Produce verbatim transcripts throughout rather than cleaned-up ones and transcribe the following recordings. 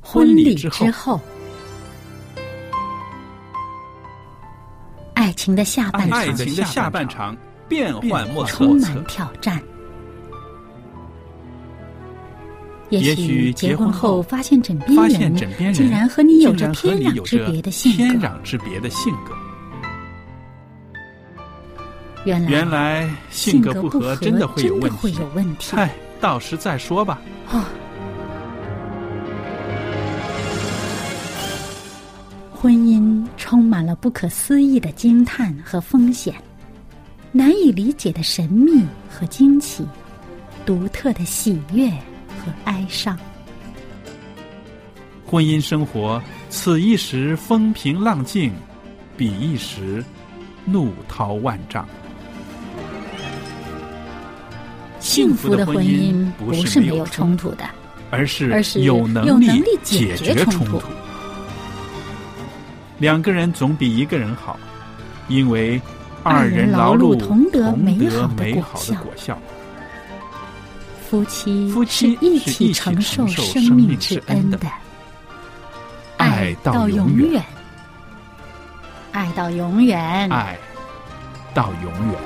婚礼之后，爱情的下半场， 爱情的下半场变幻莫测， 充满挑战。也许结婚后发现枕边人， 发现枕边人竟然和你有着天壤之别的性格。 天壤之别的性格。 原来原来性格不合真的会有问题。 会有问题。 嗨，到时再说吧。 哦。婚姻充满了不可思议的惊叹和风险，难以理解的神秘和惊奇，独特的喜悦和哀伤。 婚姻生活，此一时风平浪静，彼一时怒涛万丈。 幸福的婚姻不是没有冲突的， 而是而是有能力解决冲突。两个人总比一个人好，因为二人劳碌同得美好的果效。 夫妻夫妻是一起承受生命之恩的，爱到永远，爱到永远， 爱到永远。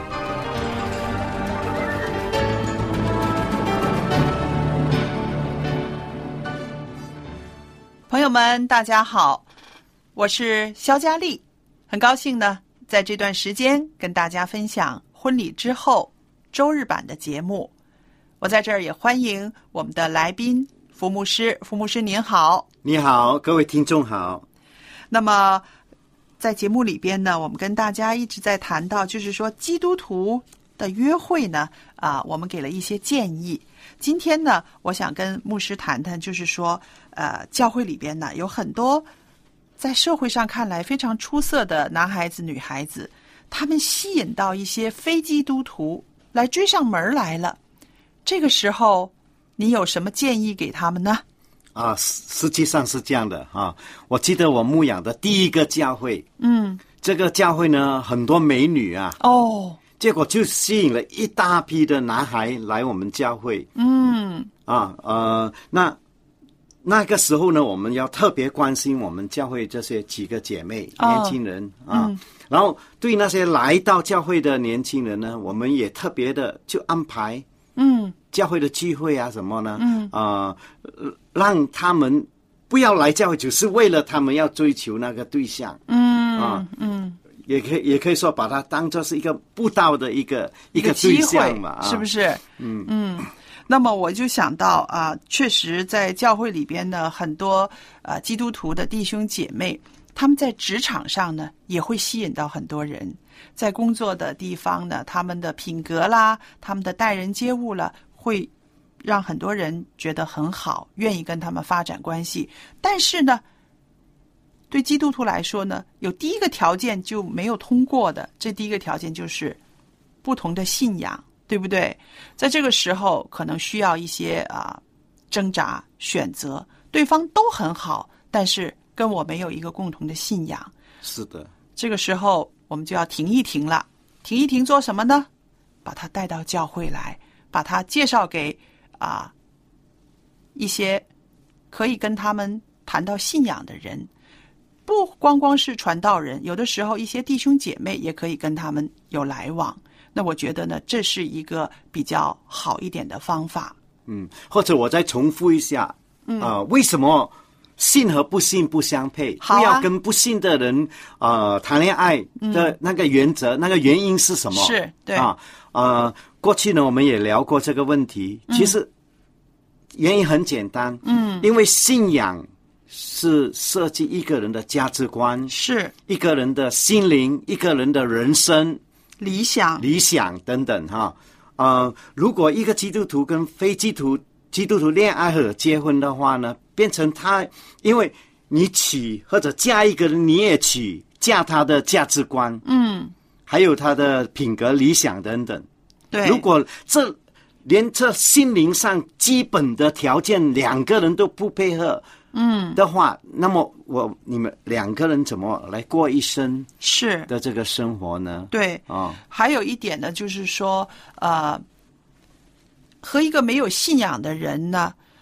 朋友们，大家好，我是肖佳丽，很高兴呢，在这段时间跟大家分享婚礼之后周日版的节目。我在这儿也欢迎我们的来宾福牧师。福牧师您好。 你好，各位听众好。 那么在节目里边呢，我们跟大家一直在谈到，就是说基督徒的约会呢，啊，我们给了一些建议。今天呢，我想跟牧师谈谈，就是说，呃，教会里边呢有很多在社会上看来非常出色的男孩子、女孩子，他们吸引到一些非基督徒来追上门来了。这个时候，你有什么建议给他们呢？ 啊，实际上是这样的啊。我记得我牧养的第一个教会， 嗯， 这个教会呢很多美女啊， 哦， 结果就吸引了一大批的男孩来我们教会， 嗯， 啊呃，那那个时候呢，我们要特别关心我们教会这些几个姐妹、 哦、 年轻人啊、 嗯， 然后对那些来到教会的年轻人呢，我们也特别的就安排， 嗯。 教会的聚会啊什么呢？ 嗯啊、呃，让他们不要来教会，只是为了他们要追求那个对象。 嗯啊， 嗯， 也可以也可以说把它当作是一个布道的一个一个对象嘛，啊、 是不是？ 嗯嗯。那么我就想到啊，确实在教会里边呢，很多啊基督徒的弟兄姐妹，他们在职场上呢也会吸引到很多人，在工作的地方呢，他们的品格啦，他们的待人接物啦，会让很多人觉得很好，愿意跟他们发展关系。但是呢，对基督徒来说呢，有第一个条件就没有通过的，这第一个条件就是不同的信仰，对不对？在这个时候可能需要一些啊挣扎选择，对方都很好，但是跟我没有一个共同的信仰。 是的， 这个时候我们就要停一停了。停一停做什么呢？把他带到教会来，把他介绍给啊一些可以跟他们谈到信仰的人，不光光是传道人，有的时候一些弟兄姐妹也可以跟他们有来往。那我觉得呢，这是一个比较好一点的方法。 嗯，或者我再重复一下，嗯啊、呃，为什么信和不信不相配？ 好啊、 不要跟不信的人呃谈恋爱的那个原则、嗯，那个原因是什么？ 是对啊呃，过去呢我们也聊过这个问题，其实原因很简单，嗯，因为信仰是涉及一个人的价值观， 是一个人的心灵，一个人的人生理想、 理想等等哈。呃，如果一个基督徒跟非基督徒基督徒恋爱或者结婚的话呢，变成他，因为你娶或者嫁一个人，你也娶嫁他的价值观， 嗯， 还有他的品格、理想等等。 对， 如果这连这心灵上基本的条件两个人都不配合，嗯的话，那么我你们两个人怎么来过一生是的这个生活呢？ 对啊、哦， 还有一点呢，就是说，呃，和一个没有信仰的人呢，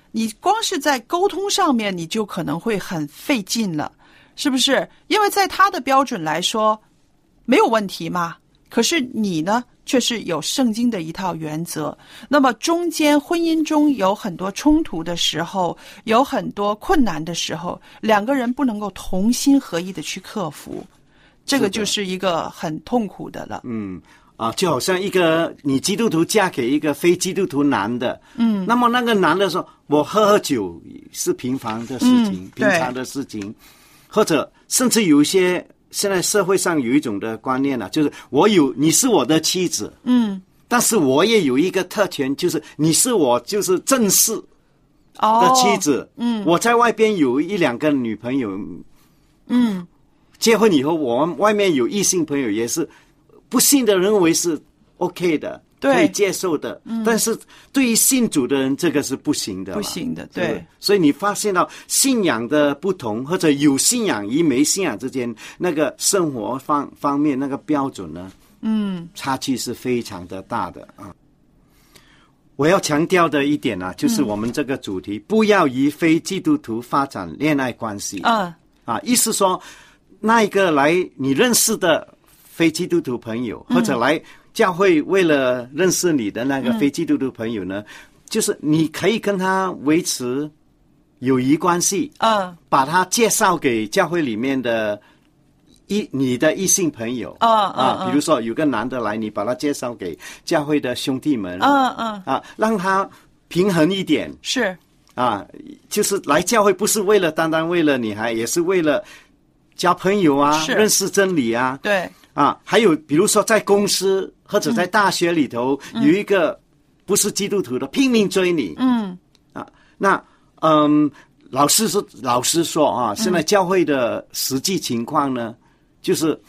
你光是在沟通上面，你就可能会很费劲了，是不是？因为在他的标准来说，没有问题嘛。可是你呢，却是有圣经的一套原则。那么中间婚姻中有很多冲突的时候，有很多困难的时候，两个人不能够同心合意的去克服，这个就是一个很痛苦的了。 嗯啊，就好像一个你基督徒嫁给一个非基督徒男的，嗯，那么那个男的说，我喝喝酒是平凡的事情，嗯、平常的事情，或者甚至有一些。现在社会上有一种的观念啊，就是我有你是我的妻子，嗯，但是我也有一个特权，就是你是我就是正式的妻子，哦、嗯，我在外边有一两个女朋友，嗯，结婚以后我们外面有异性朋友也是不信的认为是 OK 的， 对， 可以接受的，嗯，但是对于信主的人这个是不行的， 不行的，对，对， 所以你发现到信仰的不同，或者有信仰与没信仰之间那个生活方方面那个标准呢，嗯，差距是非常的大的啊。我要强调的一点啊，就是我们这个主题，嗯、不要与非基督徒发展恋爱关系，嗯，啊，意思说那一个来你认识的非基督徒朋友，或者来教会为了认识你的那个非基督徒朋友呢，嗯、就是你可以跟他维持友谊关系，嗯，把他介绍给教会里面的一你的异性朋友，嗯、啊，嗯、比如说有个男的来，你把他介绍给教会的兄弟们，嗯嗯，啊，让他平衡一点， 是啊，就是来教会不是为了单单为了女孩，也是为了交朋友啊，认识真理啊， 对。 啊，还有比如说在公司或者在大学里头，嗯、有一个不是基督徒的拼命追你，嗯，啊，那嗯，老师说老师说啊，现在教会的实际情况呢，嗯、就是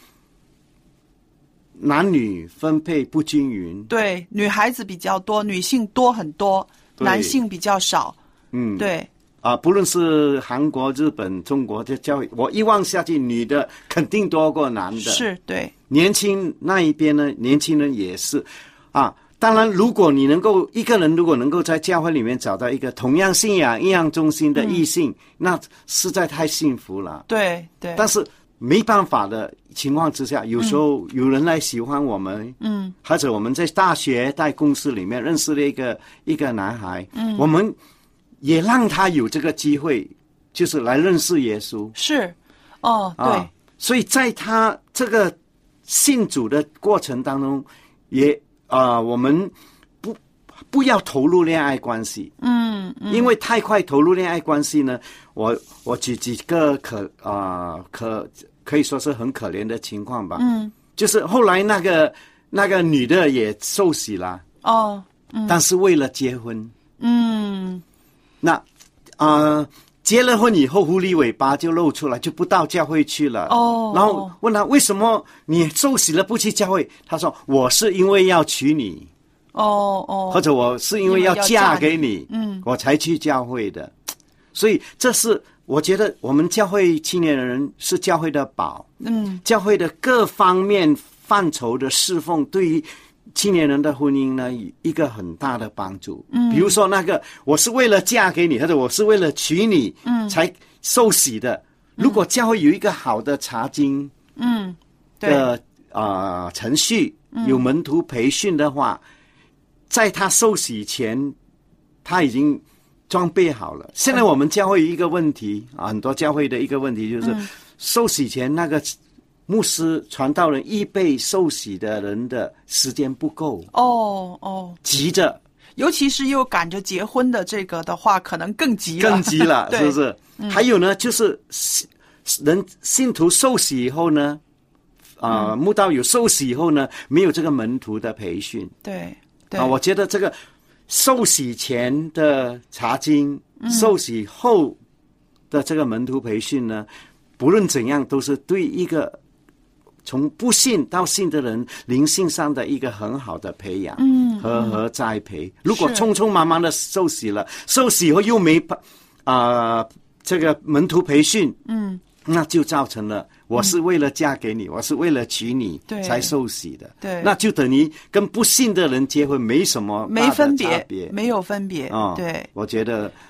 男女分配不均匀， 对，女孩子比较多，女性多很多，男性比较少，嗯，对。 啊，不论是韩国、日本、中国的教育，我一望下去，女的肯定多过男的。 是，对。 年轻那一边呢，年轻人也是，啊，当然，如果你能够一个人如果能够在教会里面找到一个同样信仰、一样忠心的异性，嗯、那实在太幸福了。 对对。 但是没办法的情况之下，有时候有人来喜欢我们，嗯，或者我们在大学、在公司里面认识了一个一个男孩，嗯，我们。也让他有这个机会，就是来认识耶稣。 是，哦，对。啊、 所以在他这个信主的过程当中，也啊、呃，我们不不要投入恋爱关系。嗯，嗯因为太快投入恋爱关系呢，我我举几个可啊、呃、可可以说是很可怜的情况吧。嗯，就是后来那个那个女的也受洗了。哦，嗯、但是为了结婚。嗯。那啊、呃，结了婚以后，狐狸尾巴就露出来，就不到教会去了。哦，然后问他为什么你受洗了不去教会？他说：“我是因为要娶你。”哦哦，或者我是因为要嫁给你，嗯，我才去教会的。所以这是我觉得我们教会青年人是教会的宝，嗯，教会的各方面范畴的侍奉，对于青年人的婚姻呢，一个很大的帮助。嗯，比如说那个，我是为了嫁给你，或者我是为了娶你，嗯，才受洗的。嗯、如果教会有一个好的查经，嗯，的啊、呃、程序，有门徒培训的话，嗯、在他受洗前，他已经装备好了。现在我们教会有一个问题啊，很多教会的一个问题就是，嗯、受洗前那个。牧师、传道人预备受洗的人的时间不够哦哦，急着， 尤其是又赶着结婚的这个的话，可能更急了， 更急了，是不是？嗯、还有呢，就是人信徒受洗以后呢，啊、呃，慕道友受洗以后呢，没有这个门徒的培训， 对对啊，我觉得这个受洗前的查经，嗯、受洗后的这个门徒培训呢，不论怎样，都是对一个。从不信到信的人灵性上的一个很好的培养和和栽培。如果匆匆忙忙的受洗了，受洗以后又没啊、呃、这个门徒培训，嗯，那就造成了我是为了嫁给你，嗯、我是为了娶你才受洗的， 对， 那就等于跟不信的人结婚没什么大的差别， 没分别，没有分别。哦，对， 我觉得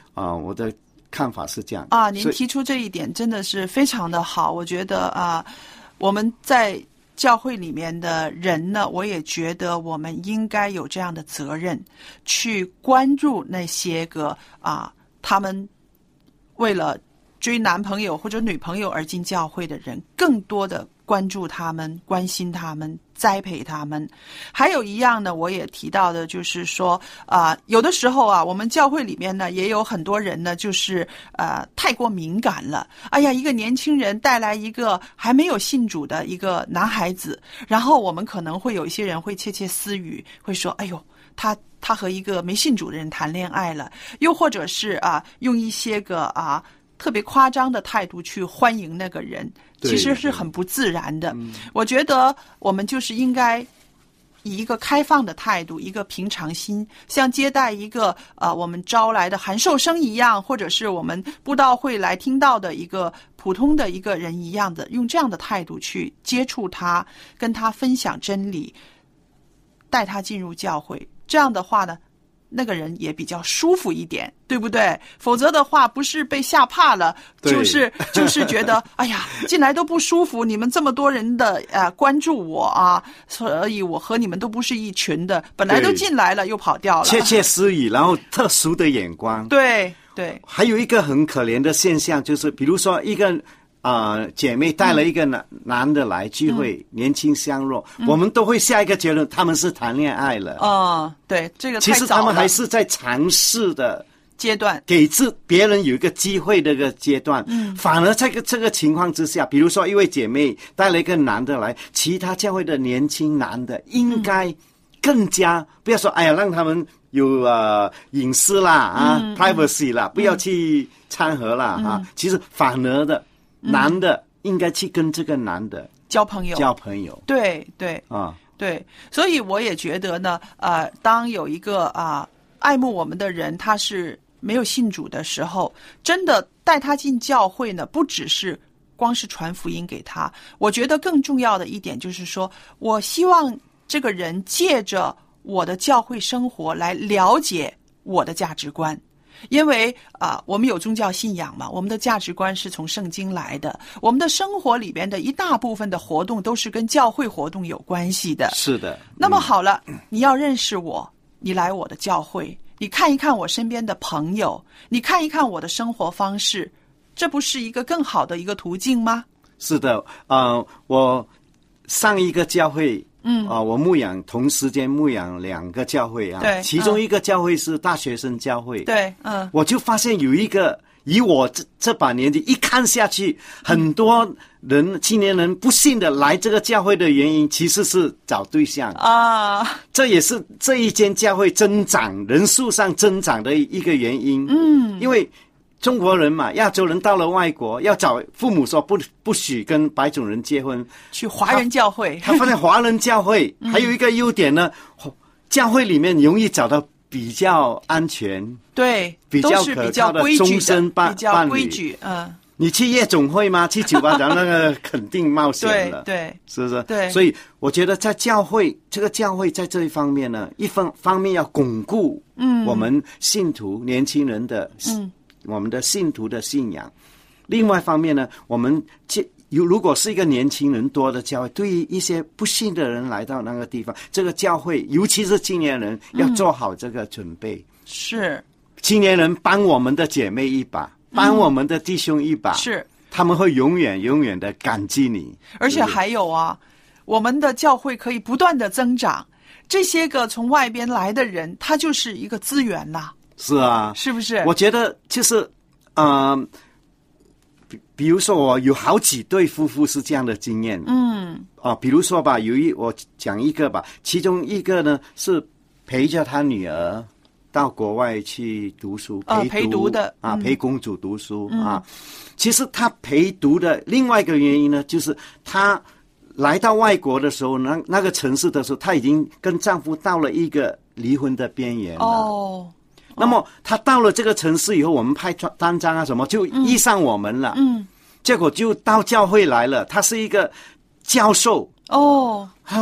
啊、呃，我的看法是这样啊。您提出这一点真的是非常的好，我觉得啊，我们在教会里面的人呢，我也觉得我们应该有这样的责任，去关注那些个啊，他们为了追男朋友或者女朋友而进教会的人，更多的关注他们，关心他们，栽培他们。还有一样呢，我也提到的就是说啊、呃，有的时候啊，我们教会里面呢也有很多人呢，就是呃太过敏感了。哎呀，一个年轻人带来一个还没有信主的一个男孩子，然后我们可能会有一些人会窃窃私语，会说哎呦，他他和一个没信主的人谈恋爱了，又或者是啊用一些个啊特别夸张的态度去欢迎那个人，其实是很不自然的。我觉得我们就是应该以一个开放的态度，一个平常心，像接待一个呃我们招来的函授生一样，或者是我们布道会来听到的一个普通的一个人一样的，用这样的态度去接触他，跟他分享真理，带他进入教会。这样的话呢，那个人也比较舒服一点，对不对？否则的话，不是被吓怕了，就是就是觉得哎呀，进来都不舒服，你们这么多人的呃关注我啊，所以我和你们都不是一群的，本来都进来了又跑掉了， 窃窃私语，然后特殊的眼光。 对对， 还有一个很可怜的现象，就是比如说一个啊、呃，姐妹带了一个男、嗯、男的来聚会，嗯、年轻相若、嗯，我们都会下一个结论，他们是谈恋爱了。 哦，对，这个太早了。 其实他们还是在尝试的阶段， 给自别人有一个机会的一个阶段。嗯，反而在这个这个情况之下，比如说一位姐妹带了一个男的来，其他教会的年轻男的应该更加、嗯、不要说哎呀，让他们有呃隐私啦啊、嗯、，privacy 啦、嗯，不要去掺和啦、嗯、啊。其实反而的。男的应该去跟这个男的交朋友， 交朋友， 对对啊，对，所以我也觉得呢，呃，当有一个啊、呃、爱慕我们的人，他是没有信主的时候，真的带他进教会呢，不只是光是传福音给他，我觉得更重要的一点就是说，我希望这个人借着我的教会生活来了解我的价值观。因为啊、呃，我们有宗教信仰嘛，我们的价值观是从圣经来的，我们的生活里边的一大部分的活动都是跟教会活动有关系的。 是的。 那么好了，嗯、你要认识我，你来我的教会，你看一看我身边的朋友，你看一看我的生活方式，这不是一个更好的一个途径吗？ 是的，呃，我上一个教会。嗯啊、呃，我牧养同时间牧养两个教会啊， 对， 其中一个教会是大学生教会， 对，嗯， 我就发现有一个，以我这这把年纪一看下去，很多人、嗯、青年人不信的来这个教会的原因，其实是找对象啊， 这也是这一间教会增长人数上增长的一个原因， 嗯， 因为。中国人嘛，亚洲人到了外国，要找父母说不不许跟白种人结婚， 去华人教会。 他, 他发现华人教会、嗯、还有一个优点呢，教会里面容易找到比较安全， 对， 比较可靠的终身伴比较规矩，嗯。 你去夜总会吗？去酒吧讲那个肯定冒险了， 对对， 是不是？ 对， 所以我觉得在教会这个教会在这一方面呢，一方方面要巩固嗯我们信徒、嗯、年轻人的嗯。我们的信徒的信仰，另外一方面呢，我们如果是一个年轻人多的教会，对于一些不信的人来到那个地方，这个教会尤其是青年人要做好这个准备。嗯、 是， 青年人帮我们的姐妹一把，帮我们的弟兄一把， 是、嗯， 他们会永远永远的感激你。 而且还有啊，我们的教会可以不断的增长，这些个从外边来的人，他就是一个资源啦。 是啊， 是不是？ 我觉得就是，呃，比比如说我有好几对夫妇是这样的经验， 嗯， 啊，比如说吧，有一我讲一个吧，其中一个呢是陪着他女儿到国外去读书，陪读、 呃、陪读的啊、嗯，陪公主读书、 嗯、 啊。其实他陪读的另外一个原因呢，就是他来到外国的时候，那那个城市的时候，她已经跟丈夫到了一个离婚的边缘了。 哦。 那么他到了这个城市以后，我们派单张啊什么就遇上我们了， 嗯， 结果就到教会来了。他是一个教授哦， 他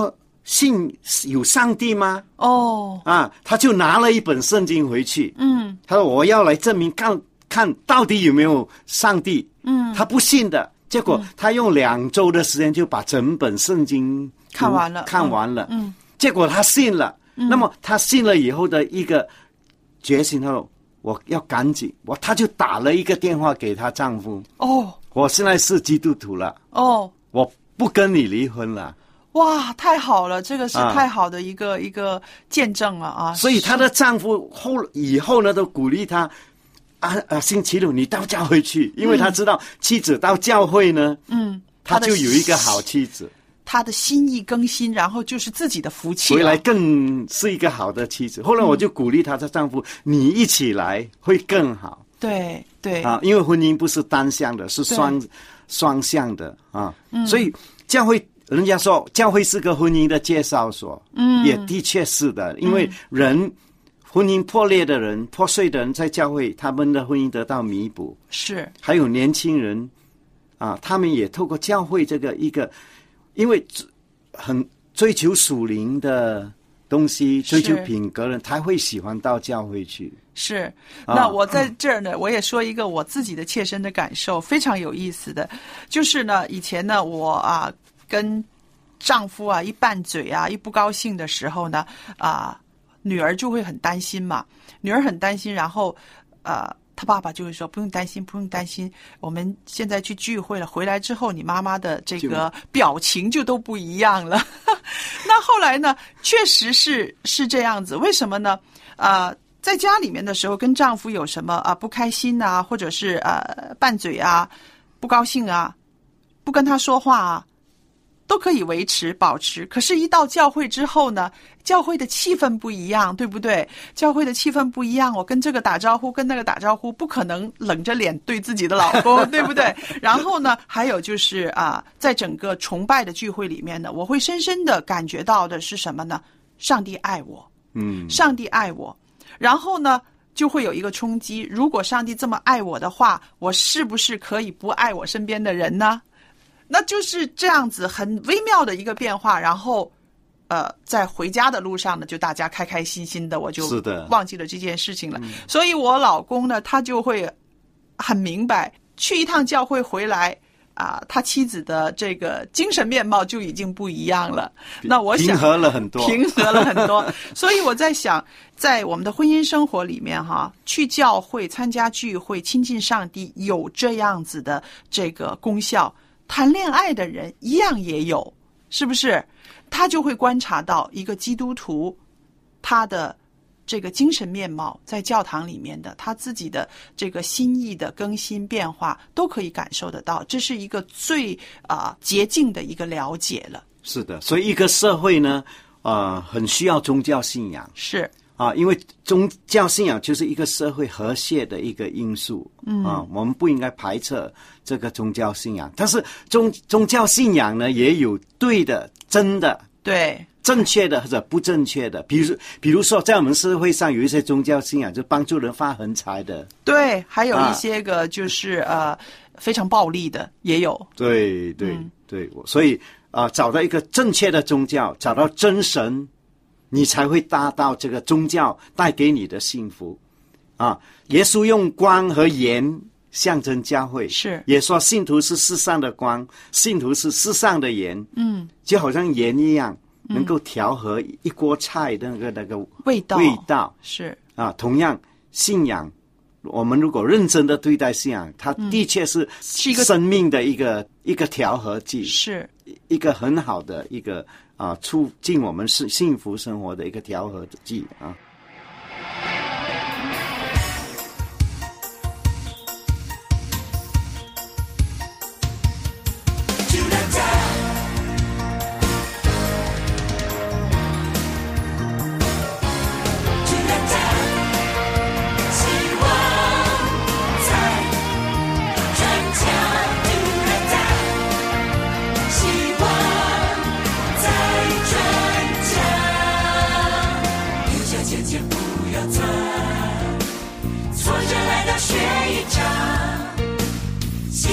信有上帝吗？ 哦， 啊，他就拿了一本圣经回去， 嗯， 他说我要来证明看看到底有没有上帝， 嗯， 他不信的，结果他用两周的时间就把整本圣经看完了， 看完了， 嗯， 结果他信了，嗯，那么他信了以后的一个决心，他说我要赶紧，我他就打了一个电话给她丈夫， 哦， 我现在是基督徒了， 哦， 我不跟你离婚了。 哇，太好了，这个是太好的一个、啊、一个见证了啊！ 所以她的丈夫后以后呢，都鼓励她啊啊，星期六你到教会去，因为他知道妻子到教会呢，嗯，他就有一个好妻子， 他的心意更新，然后就是自己的福气、啊， 回来更是一个好的妻子。后来我就鼓励她的丈夫，嗯、你一起来会更好。 对对啊，因为婚姻不是单向的，是双双向的啊、嗯，所以教会。人家说教会是个婚姻的介绍所，嗯，也的确是的，因为人、嗯、婚姻破裂的人、破碎的人在教会，他们的婚姻得到弥补， 是。还有年轻人啊，他们也透过教会这个一个，因为很追求属灵的东西、追求品格的人，他会喜欢到教会去。 是，那我在这儿呢、嗯，我也说一个我自己的切身的感受，非常有意思的，就是呢，以前呢，我啊。跟丈夫啊一拌嘴啊一不高兴的时候呢啊、呃、女儿就会很担心嘛，女儿很担心，然后呃她爸爸就会说不用担心不用担心，我们现在去聚会了，回来之后你妈妈的这个表情就都不一样了那后来呢确实是是这样子，为什么呢？呃在家里面的时候跟丈夫有什么啊、呃、不开心啊，或者是呃拌嘴啊不高兴啊，不跟他说话啊都可以维持保持，可是一到教会之后呢，教会的气氛不一样，对不对？教会的气氛不一样，我跟这个打招呼跟那个打招呼，不可能冷着脸对自己的老公对不对？然后呢还有就是啊，在整个崇拜的聚会里面呢，我会深深的感觉到的是什么呢？上帝爱我，嗯，上帝爱我，然后呢就会有一个冲击，如果上帝这么爱我的话，我是不是可以不爱我身边的人呢？那就是这样子很微妙的一个变化，然后呃，在回家的路上呢，就大家开开心心的，我就忘记了这件事情了。所以我老公呢，他就会很明白，去一趟教会回来啊、呃，他妻子的这个精神面貌就已经不一样了。那我想平和了很多， 平和了很多。所以我在想，在我们的婚姻生活里面哈，去教会参加聚会、亲近上帝，有这样子的这个功效。谈恋爱的人一样也有，是不是？他就会观察到一个基督徒他的这个精神面貌，在教堂里面的他自己的这个心意的更新变化都可以感受得到，这是一个最啊、呃、洁净的一个了解了。是的，所以一个社会呢呃很需要宗教信仰， 是啊，因为宗教信仰就是一个社会和谐的一个因素，嗯啊，我们不应该排斥这个宗教信仰，但是宗宗教信仰呢也有对的、真的、 对正确的或者不正确的，比如比如说在我们社会上有一些宗教信仰就帮助人发横财的， 对，还有一些个就是、啊、呃非常暴力的也有， 对对、嗯、对，所以啊、呃、找到一个正确的宗教，找到真神。你才会达到这个宗教带给你的幸福啊！耶稣用光和盐象征教会， 是也说信徒是世上的光，信徒是世上的盐，嗯，就好像盐一样，能够调和一锅菜的那个那个味道味道是啊。 同样，信仰，我们如果认真的对待信仰，它的确是是一个生命的一个一个调和剂， 是一个很好的一个。啊，促进我们是幸福生活的一个调和剂啊。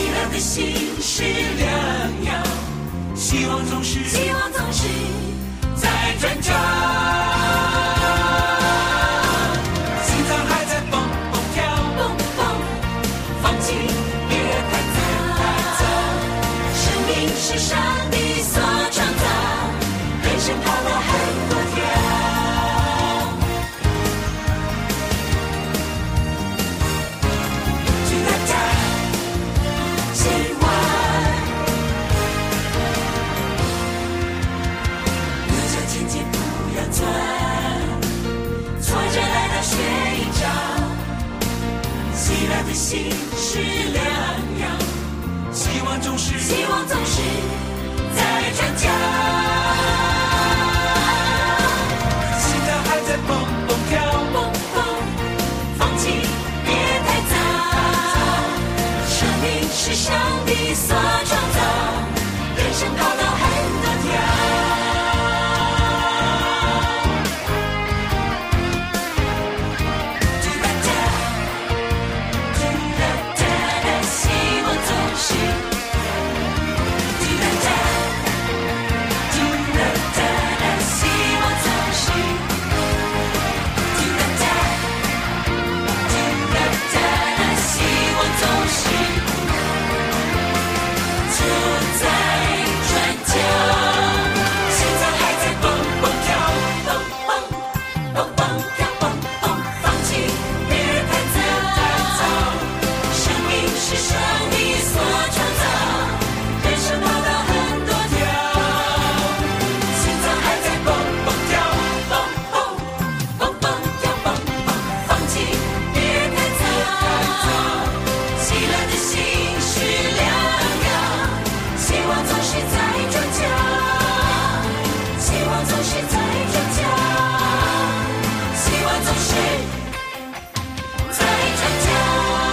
心是良药，希望总是希望总是在转角，心脏还在蹦蹦跳，蹦蹦，放弃别太早，生命是上帝所创造，人生跑了很多条，去大家希望，路上前进不要钻，挫折来到学一招，喜乐的心是良药，希望总是希望总是在转角，心脏还在蹦蹦跳，蹦蹦，放弃别太早，生命是上帝所创造，人生跑道很多条，嘟啦哒，嘟啦哒的希望总是，嘟啦哒，嘟啦哒的希望总是，嘟啦哒，嘟啦哒的希望总是，就在转角，心脏还在蹦蹦跳，蹦蹦，蹦蹦跳，蹦蹦，放弃别太早，生命是上帝所创造，人生跑道很多条，心脏还在蹦蹦跳，蹦蹦，蹦蹦跳，蹦蹦，放弃别太早，喜乐的心是良药，希望总是在转角，希望总是在转角，希望总是在转角。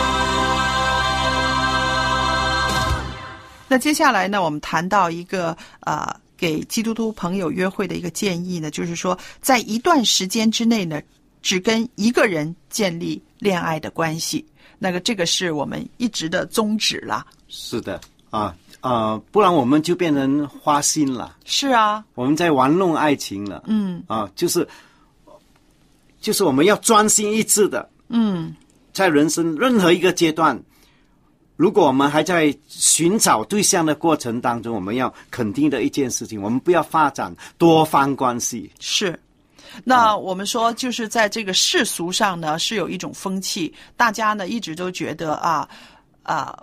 那接下来呢，我们谈到一个呃，给基督徒朋友约会的一个建议呢，就是说，在一段时间之内呢，只跟一个人建立恋爱的关系。那个这个是我们一直的宗旨啦。 是的啊啊、呃，不然我们就变成花心了。 是啊， 我们在玩弄爱情了。 嗯啊，就是就是我们要专心一致的， 嗯， 在人生任何一个阶段，如果我们还在寻找对象的过程当中，我们要肯定的一件事情，我们不要发展多方关系。 是。那我们说，就是在这个世俗上呢，是有一种风气，大家呢一直都觉得啊啊，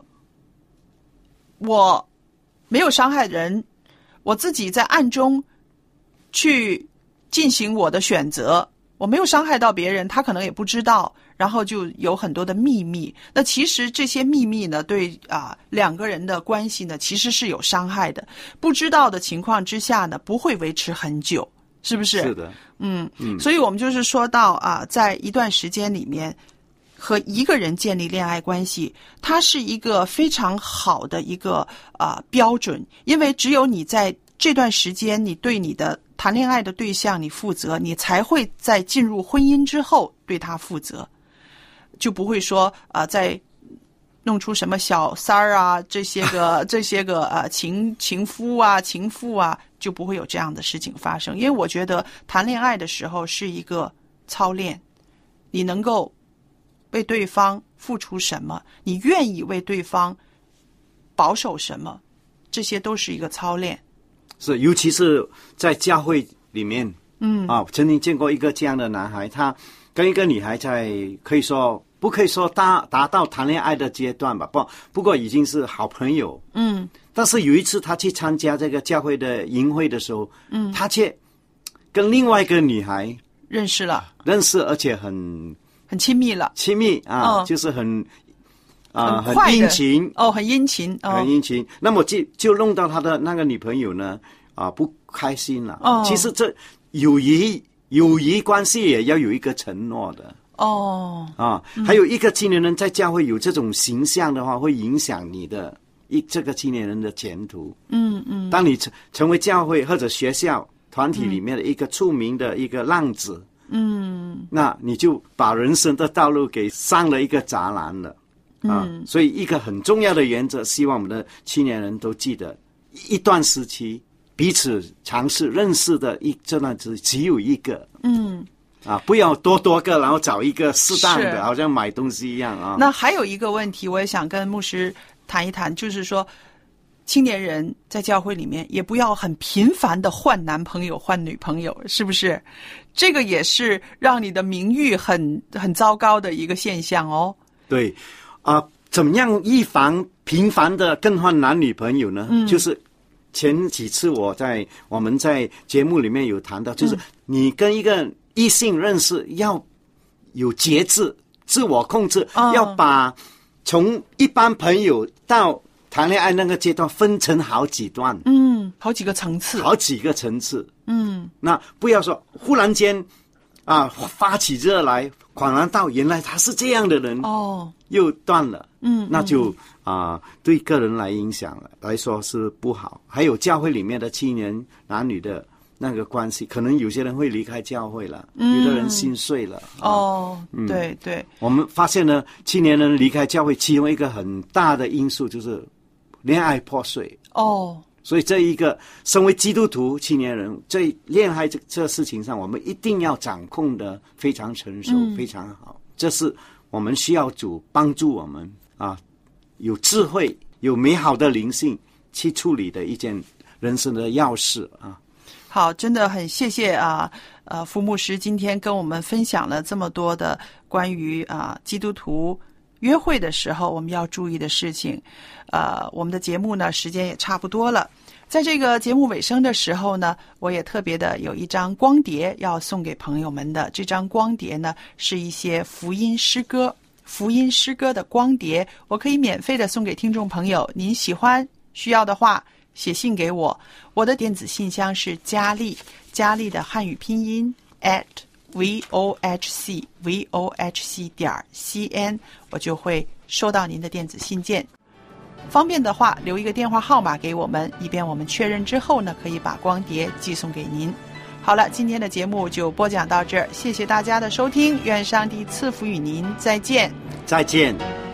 我没有伤害人，我自己在暗中去进行我的选择，我没有伤害到别人，他可能也不知道，然后就有很多的秘密。那其实这些秘密呢，对啊两个人的关系呢，其实是有伤害的。不知道的情况之下呢，不会维持很久。是不是？ 是的， 嗯嗯， 所以我们就是说到啊，在一段时间里面，和一个人建立恋爱关系，它是一个非常好的一个啊标准，因为只有你在这段时间，你对你的谈恋爱的对象你负责，你才会在进入婚姻之后对他负责，就不会说啊在。弄出什么小三儿啊，这些个这些个呃情情夫啊、情妇啊，就不会有这样的事情发生。因为我觉得谈恋爱的时候是一个操练，你能够为对方付出什么，你愿意为对方保守什么，这些都是一个操练。 是，尤其是在教会里面，嗯啊，曾经见过一个这样的男孩，他跟一个女孩在可以说。不可以说达达到谈恋爱的阶段吧，不不过已经是好朋友。 嗯， 但是有一次他去参加这个教会的营会的时候，嗯，他却跟另外一个女孩认识了， 认识而且很很亲密了， 亲密啊， 嗯、 就是很啊、 很, 很殷勤哦，很殷勤，哦、 很殷勤。那么就就弄到他的那个女朋友呢啊不开心了。 哦， 其实这友谊友谊关系也要有一个承诺的。 哦， 啊，还有一个青年人在教会有这种形象的话，会影响你的一这个青年人的前途。 嗯嗯， 当你成成为教会或者学校团体里面的一个出名的一个浪子，嗯，那你就把人生的道路给上了一个栅栏了。啊， 嗯， 所以一个很重要的原则，希望我们的青年人都记得，一段时期彼此尝试认识的一这样子只有一个。 嗯。 啊，不要多多个，然后找一个适当是的，好像买东西一样啊。 那还有一个问题，我也想跟牧师谈一谈，就是说，青年人在教会里面也不要很频繁的换男朋友、换女朋友，是不是？这个也是让你的名誉很很糟糕的一个现象哦。 对，啊、呃，怎么样预防频繁的更换男女朋友呢？嗯，就是前几次我在我们在节目里面有谈到，就是你跟一个异性认识要有节制、自我控制， 哦、 要把从一般朋友到谈恋爱那个阶段分成好几段， 嗯，好几个层次， 好几个层次， 嗯， 那不要说忽然间啊发起热来，恍然到原来他是这样的人， 哦， 又断了， 嗯， 那就啊、呃、对个人来影响了来说是不好。还有教会里面的青年男女的那个关系，可能有些人会离开教会了，嗯、有的人心碎了。 哦， 嗯、 对对， 我们发现呢，青年人离开教会，其中一个很大的因素就是恋爱破碎。 哦， 所以这一个身为基督徒青年人，在恋爱这这事情上，我们一定要掌控的非常成熟，嗯、非常好。这是我们需要主帮助我们啊，有智慧、有美好的灵性去处理的一件人生的要事啊。 好，真的很谢谢啊，呃，傅牧师今天跟我们分享了这么多的关于啊基督徒约会的时候我们要注意的事情。呃，我们的节目呢时间也差不多了，在这个节目尾声的时候呢，我也特别的有一张光碟要送给朋友们的。这张光碟呢是一些福音诗歌，福音诗歌的光碟，我可以免费的送给听众朋友。您喜欢需要的话，写信给我，我的电子信箱是佳丽，佳丽的汉语拼音 at vohc vohc 点 cn， 我就会收到您的电子信件。方便的话，留一个电话号码给我们，以便我们确认之后呢，可以把光碟寄送给您。好了，今天的节目就播讲到这儿，谢谢大家的收听，愿上帝赐福与您，再见， 再见。